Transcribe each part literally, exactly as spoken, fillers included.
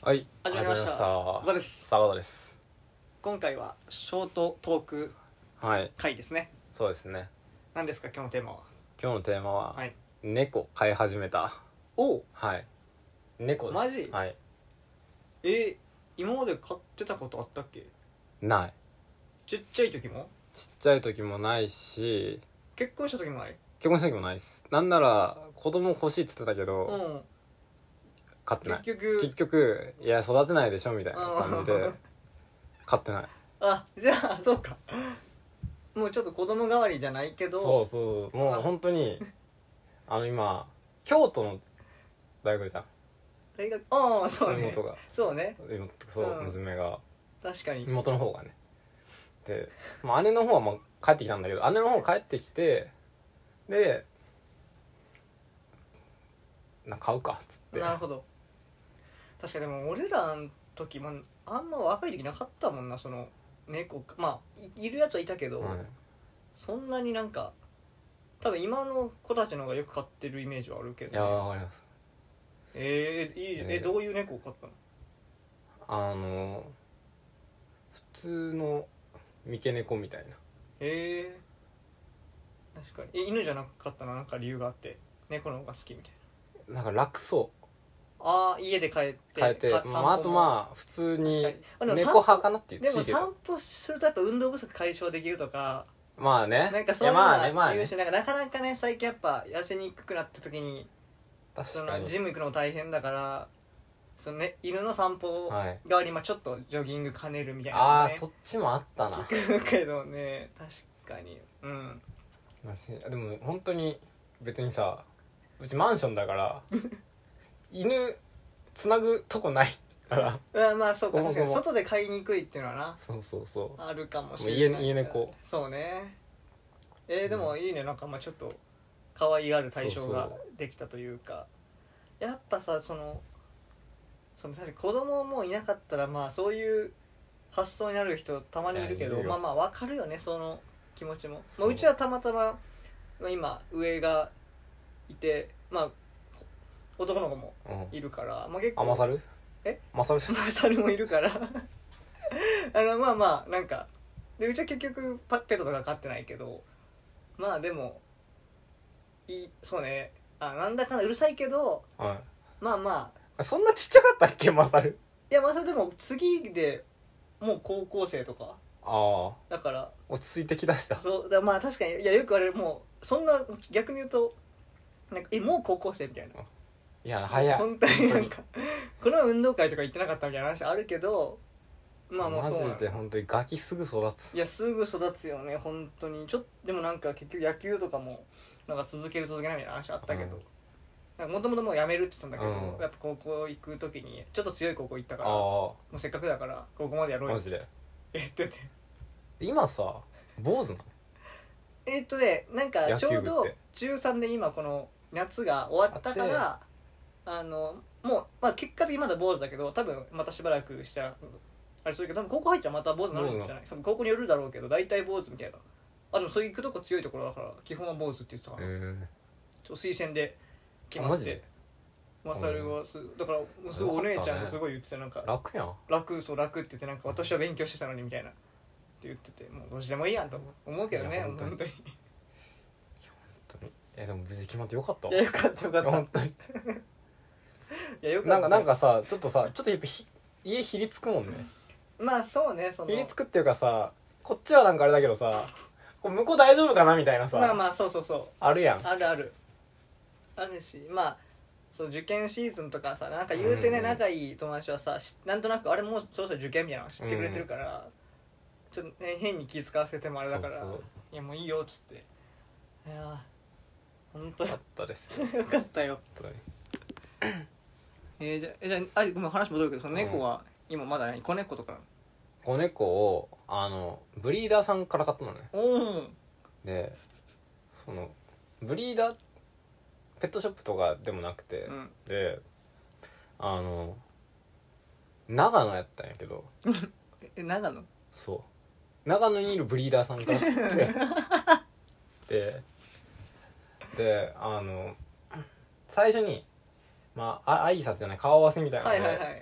はい、 始まりました。ここです。 坂田です。 今回はショートトークはい回ですね。 そうですね。 何ですか今日のテーマは。 今日のテーマは、 はい、 猫飼い始めた。 おう、 はい猫です。 マジ。 はい。 えー、今まで飼ってたことあったっけ。 ない。 ちっちゃい時もちっちゃい時もないし、 結婚した時もない。 結婚した時もないです。なんなら子供欲しいって言ってたけど、 うん、 飼ってない。 結局結局いや育てないでしょみたいな感じで飼ってない。 あ、じゃあそうか。もうちょっと子供代わりじゃないけど。 そうそうもう本当にあの今京都の大学じゃん。 大学、ああそうね。 妹がそうね。 妹そう、うん、娘が確かに妹の方がね。で、まあ、姉の方はまあ帰ってきたんだけど、姉の方帰ってきて、でな買うかっつって。 なるほど。確かにでも俺らの時もあんま若い時なかったもんな、その猫か。まあ い, いるやつはいたけど、 はい、 そんなになんか多分今の子たちの方がよく飼ってるイメージはあるけど、ね、 いやわかります。 えー、いいじゃん、えー、どういう猫を飼ったの。 あの普通の三毛猫みたいな。 えー、確かに。え犬じゃなかったのなんか理由があって猫の方が好きみたいな。なんか楽そな。ああ家で帰って変えて、まあ、あとまあ普通に猫派かなっていう。 でも散歩するとやっぱ運動不足解消できるとか、 まあね、 なんかそういうのは言うし、 ねまあね、 なんかなかなかね最近やっぱ痩せにくくなった時に確かにジム行くのも大変だから、その、ね、犬の散歩代わりに、まあちょっとジョギング兼ねるみたいな、ね、 ああそっちもあったな。 聞くけどね、確かに。うん。 でも本当に別にさ、うちマンションだから犬つなぐとこないからあまあそうか、確かに外で飼いにくいっていうのはな、 そうそうそうあるかもしれない。 家、家猫。 そうね。えー、でもいいね、なんかまあちょっと可愛がる対象ができたというか。そうそう、やっぱさ、そのその確かに子供もいなかったらまあそういう発想になる人たまにいるけど、まあまあ分かるよね、その気持ちも。まあ、うちはたまたま今上がいて、まあ男の子もいるから、うん、まあ結構。あ、 マサル？ え？ マサル？ マサルもいるからあのまあまあなんかで、うちは結局ペットとか飼ってないけど、まあでもいい、そうね、あなんだかんだうるさいけど、 はい、 まあまあそんなちっちゃかったっけマサル。 いやマサルでも次でもう高校生とか、 ああだから落ち着いてきだした。 そうだ、まあ確かに。いやよく言われる、もうそんな逆に言うとなんかえもう高校生みたいな。 いや早い本当になんかこの運動会とか行ってなかったみたいな話あるけど、まあもうそうなの。 マジで本当にガキすぐ育つ。 いやすぐ育つよね本当に。ちょっとでもなんか結局野球とかもなんか続ける続けないみたいな話あったけど、もともともう辞めるって言ってたんだけど、うん、やっぱ高校行く時にちょっと強い高校行ったから、もうせっかくだから高校までやろうよって言ってて。 今さ坊主なの？ えー、っとねなんかちょうど中さんで今この夏が終わったから、あのもう、まあ、結果的にまだ坊主だけど、多分またしばらくしたらあれするけど、多分高校入っちゃまた坊主になるんじゃない。多分高校によるだろうけど大体坊主みたいな。あでもそういう行くとこ強いところだから基本は坊主って言ってたから、えー、ちょ推薦で決まって。マサルはすだからすごいお姉ちゃんがすごい言ってて、なんか楽やん。 楽そう楽って言って、なんか私は勉強してたのにみたいなって言ってて、もうどうしてもいいやんと思うけどね。本当に本当に。いや本当にえでも無事決まってよかったわ。 いやよかったよかった本当にいやよかった。 なんかなんかさちょっとさちょっとやっぱひ家ひりつくもんね。 まあそうね、そのひりつくっていうかさ、こっちはなんかあれだけどさ、こう向こう大丈夫かなみたいなさ、 まあまあそうそうそうあるやん。 あるあるあるし、まあそう受験シーズンとかさ、なんか言うてね、うんうん、仲いい友達はさなんとなくあれもうそろそろ受験みたいなの知ってくれてるから、うん、ちょっと、ね、変に気使わせてもあれだから、そうそう、いやもういいよっつって。いや本当によかったですよよかったよ本当にえー、じゃあじゃああごめん話戻るけど、その猫は今まだ何子猫とかなの？ 子猫をあのブリーダーさんから買ったのね。 おでそのブリーダーペットショップとかでもなくて、うん、であの長野やったんやけどえ長野？ そう長野にいるブリーダーさんから買ってでであの最初にまあ挨拶じゃない顔合わせみたいなので、はいはいはい、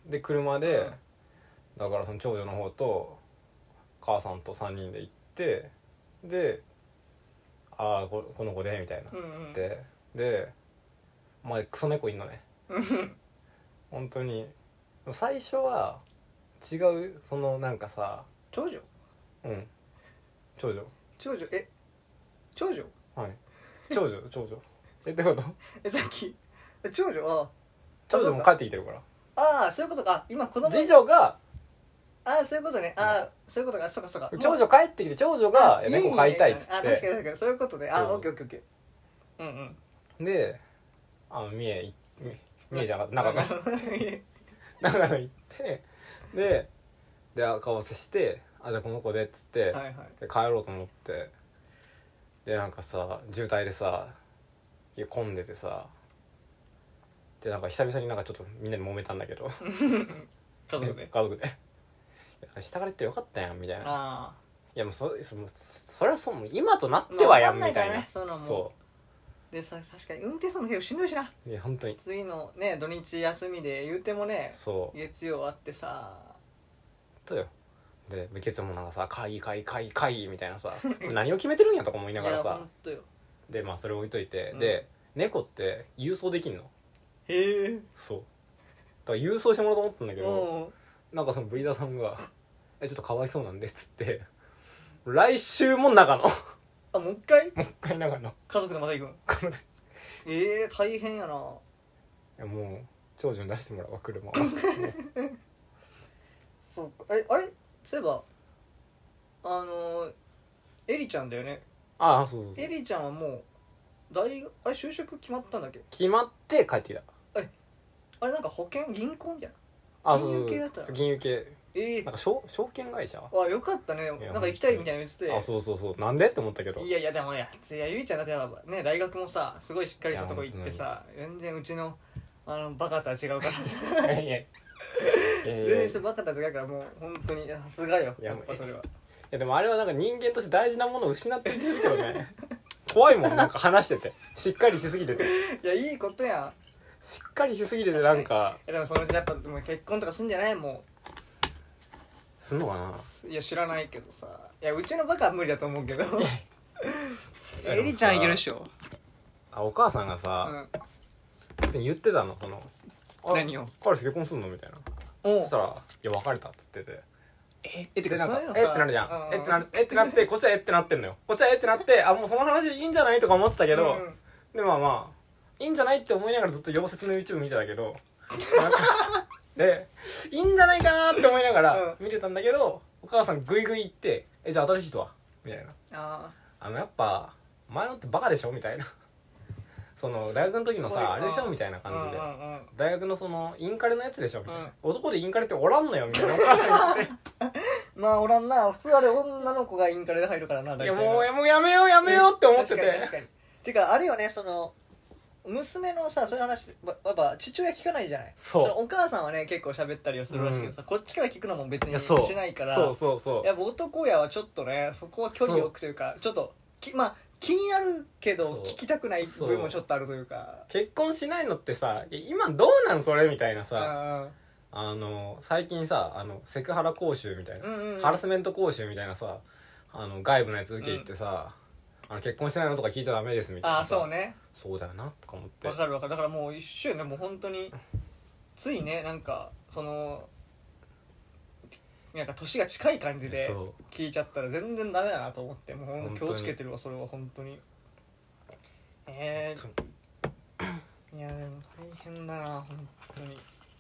で車で、 うんだからその長女の方と母さんとさんにんで行ってでああ こ, この子でみたいな、 うんうんつってでまあクソ猫いんのね本当に最初は違うそのなんかさ長女うん長女長女え長女はい長女長女えってことえさっきえ長女あ長女も帰ってきてるからああそういうことか今子供次女がああそういうことねああそういうことかそうかそうか長女帰ってきて長女が猫飼いたいっつってあ確かに確かにそういうことねあそうオッケーオッケーオッケーうんうんであの三重三重じゃなかった長野長野行ってでで顔合わせしてあじゃあこの子でっつって、 はいはいで帰ろうと思ってでなんかさ渋滞でさ混んでてさでなんか久々になんかちょっとみんなで揉めたんだけど家族で家族で下から行ってよかったやんみたいなあいやもう そ, そ, それはそうもう今となってはやんみたいな、 まあわかんないからねそういうのもそでさ確かに運転手の部屋しんどいしなういや本当に次のね土日休みで言うてもねそう月曜あってさそうよで月もなんかさ会議会議会議会議みたいなさ何を決めてるんやとか思いながらいやさほんとよでまあそれ置いといて、 うんで猫って郵送できんのへえそうだから郵送してもらおうと思ったんだけどうんなんかそのブリーダーさんが「えちょっとかわいそうなんで」っつって来週も長野もあもう一回う一回長野家族でまた行くんええ大変やないやもう長女に出してもらうわ車をそうかえあれそういえばあのエリちゃんだよねああそうそうそうエリちゃんはもう大学あれ就職決まったんだっけ決まって帰ってきたあれなんか保険銀行みたいなあ金融系だったのそうそう金融系ええなんか証証券会社あよかったねなんか行きたいみたいな言っててあそうそうそうなんでって思ったけどいやいやでもいやいやゆいちゃんだってやっぱね大学もさすごいしっかりしたとこ行ってさ全然うちのあのバカとは違うからいやいやいやいや全然バカとは違うからもう本当にさすがよいややっぱそれはいやでもあれはなんか人間として大事なものを失ってるんですよね怖いもんなんか話しててしっかりしすぎてていやいいことやんしっかりしすぎててなんかいやでもそのうちやっぱもう結婚とかすんじゃないもすんのかなういや知らないけどさいやうちのバカは無理だと思うけどエリちゃんいけるっしょあお母さんがさ、 うん普通に言ってたのそのあ何を彼氏結婚すんのみたいなおうそしたら「いや別れた」っつっててええてかでなんかそういうのさえってなるじゃん、 うえってなるえってなってこっちはえってなってんのよこっちはえってなってあもうその話いいんじゃないとか思ってたけど、 うんでまあまあいいんじゃないって思いながらずっと溶接の YouTube 見てたけどなんかでいいんじゃないかなって思いながら見てたんだけど、お母さんグイグイ言って「えじゃあ新しい人は?」みたいなああのやっぱ前のってバカでしょみたいなその大学の時のすごいさあれでしょみたいなあ感じでうんうんうん大学のそのインカレのやつでしょみたいな、 うん男でインカレっておらんのよみたいなお母さん言ってまあおらんな普通あれ女の子がインカレで入るからな大体いやもうやもうやめようやめようって思ってて、 確かに確かにてかあれよねその娘のさそういう話やっぱ父親聞かないじゃないそうのお母さんはね結構喋ったりはするらしいけどさ、こっちから聞くのも別にいやそうしないからそうそうそうやっぱ男やはちょっとねそこは距離を置くというかちょっときまあ気になるけどそう聞きたくない部分もちょっとあるというか結婚しないのってさいや今どうなんそれみたいなさああの最近さあのセクハラ講習みたいな、 うんうんうんハラスメント講習みたいなさあの外部のやつ受け入ってさ、あの結婚してないのとか聞いちゃダメですみたいなあそうねそうだよなとか思ってわかるわかるだからもう一緒よねもう本当についねなんかそのなんか年が近い感じでそう聞いちゃったら全然ダメだなと思ってもうほん本当に気をつけてるわそれは本当にえー、いやでも大変だな本当に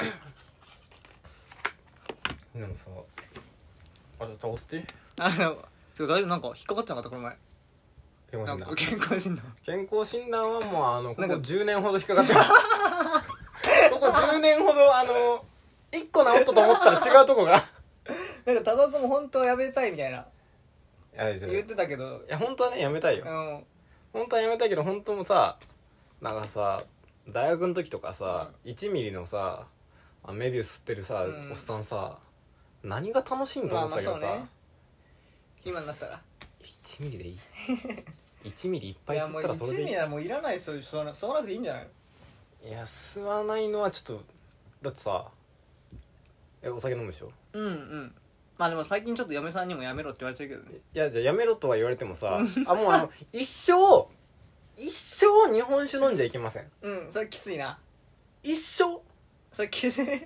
でもさあれじゃあ押してあのてか大丈夫なんか引っかかってなかったこの前健康診断なんか健康診断健康診断はもうあのここなんかじゅうねんほど引っかかってますここじゅうねんほどあのいっこ治ったと思ったら違うとこがなんかタバコも本当はやめたいみたいないやい言ってたけどや本当はねやめたいようん本当はやめたいけど本当もさなんかさ大学の時とかさ、いちミリのさあメビウス吸ってるさ、 うんおっさんさ何が楽しいんとまあ思ってたけどさ、 まあそうね今になったらいちミリでいいいちミリいっぱいいやもう吸ったらそれでいい一味はもういらないですよそうなそうなくていいんじゃないいや吸わないのはちょっとだってさえお酒飲むでしょ。 うんうん。まあでも最近ちょっと嫁さんにもやめろって言われてるけどね。 いやじゃあやめろとは言われてもさあもうあの一生一生日本酒飲んじゃいけません。 うんそれきついな。 一生それきつい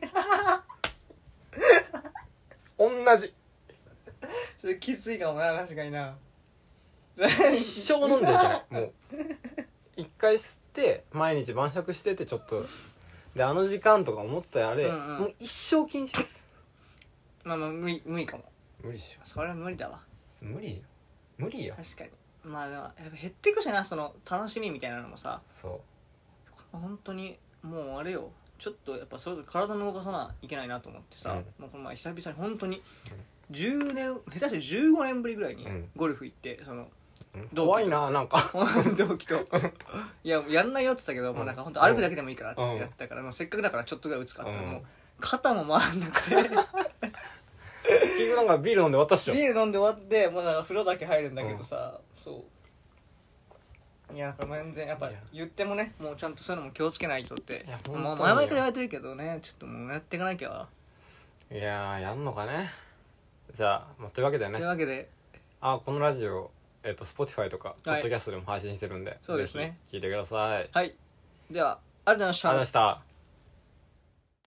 同じそれきついかもな確かにな。 一生飲んじゃいけないもう一回吸って毎日晩酌しててちょっとであの時間とか思ってたらあれ、 うんうんもう一生禁止です。 まあまあ無理無理かも。 無理っしょ。 それは無理だわ。 無理よ無理よ。 確かに。まあでもやっぱ減っていくしなその楽しみみたいなのもさ。 そうこれ本当にもうあれよちょっとやっぱそれぞれ体の動かさないけないなと思ってさ、 うんもうこの前久々に本当にじゅうねん下手してじゅうごねんぶりぐらいにうんゴルフ行ってそのうん同期怖いななんか同期といややんないよって言ったけど、もうなんか本当歩くだけでもいいからっつってやったから、もうせっかくだからちょっとぐらい打つかって、 うんもう肩も回んなくて結局なんかビール飲んで渡しちゃう。 ビール飲んで終わってもうなんか風呂だけ入るんだけどさ、そういやこれ全然やっぱいや言ってもねもうちゃんとそういうのも気をつけないとって、 いや本当にもう前々から言われてるけどねちょっともうやっていかなきゃ。 いやーやんのかね。じゃあ、まあ、というわけでねというわけであこのラジオえっ、と Spotify とかポはいッドキャストでも配信してるんで、 そうですねぜひ聞いてください。ありがとうはいではありがとうございました。 ございました。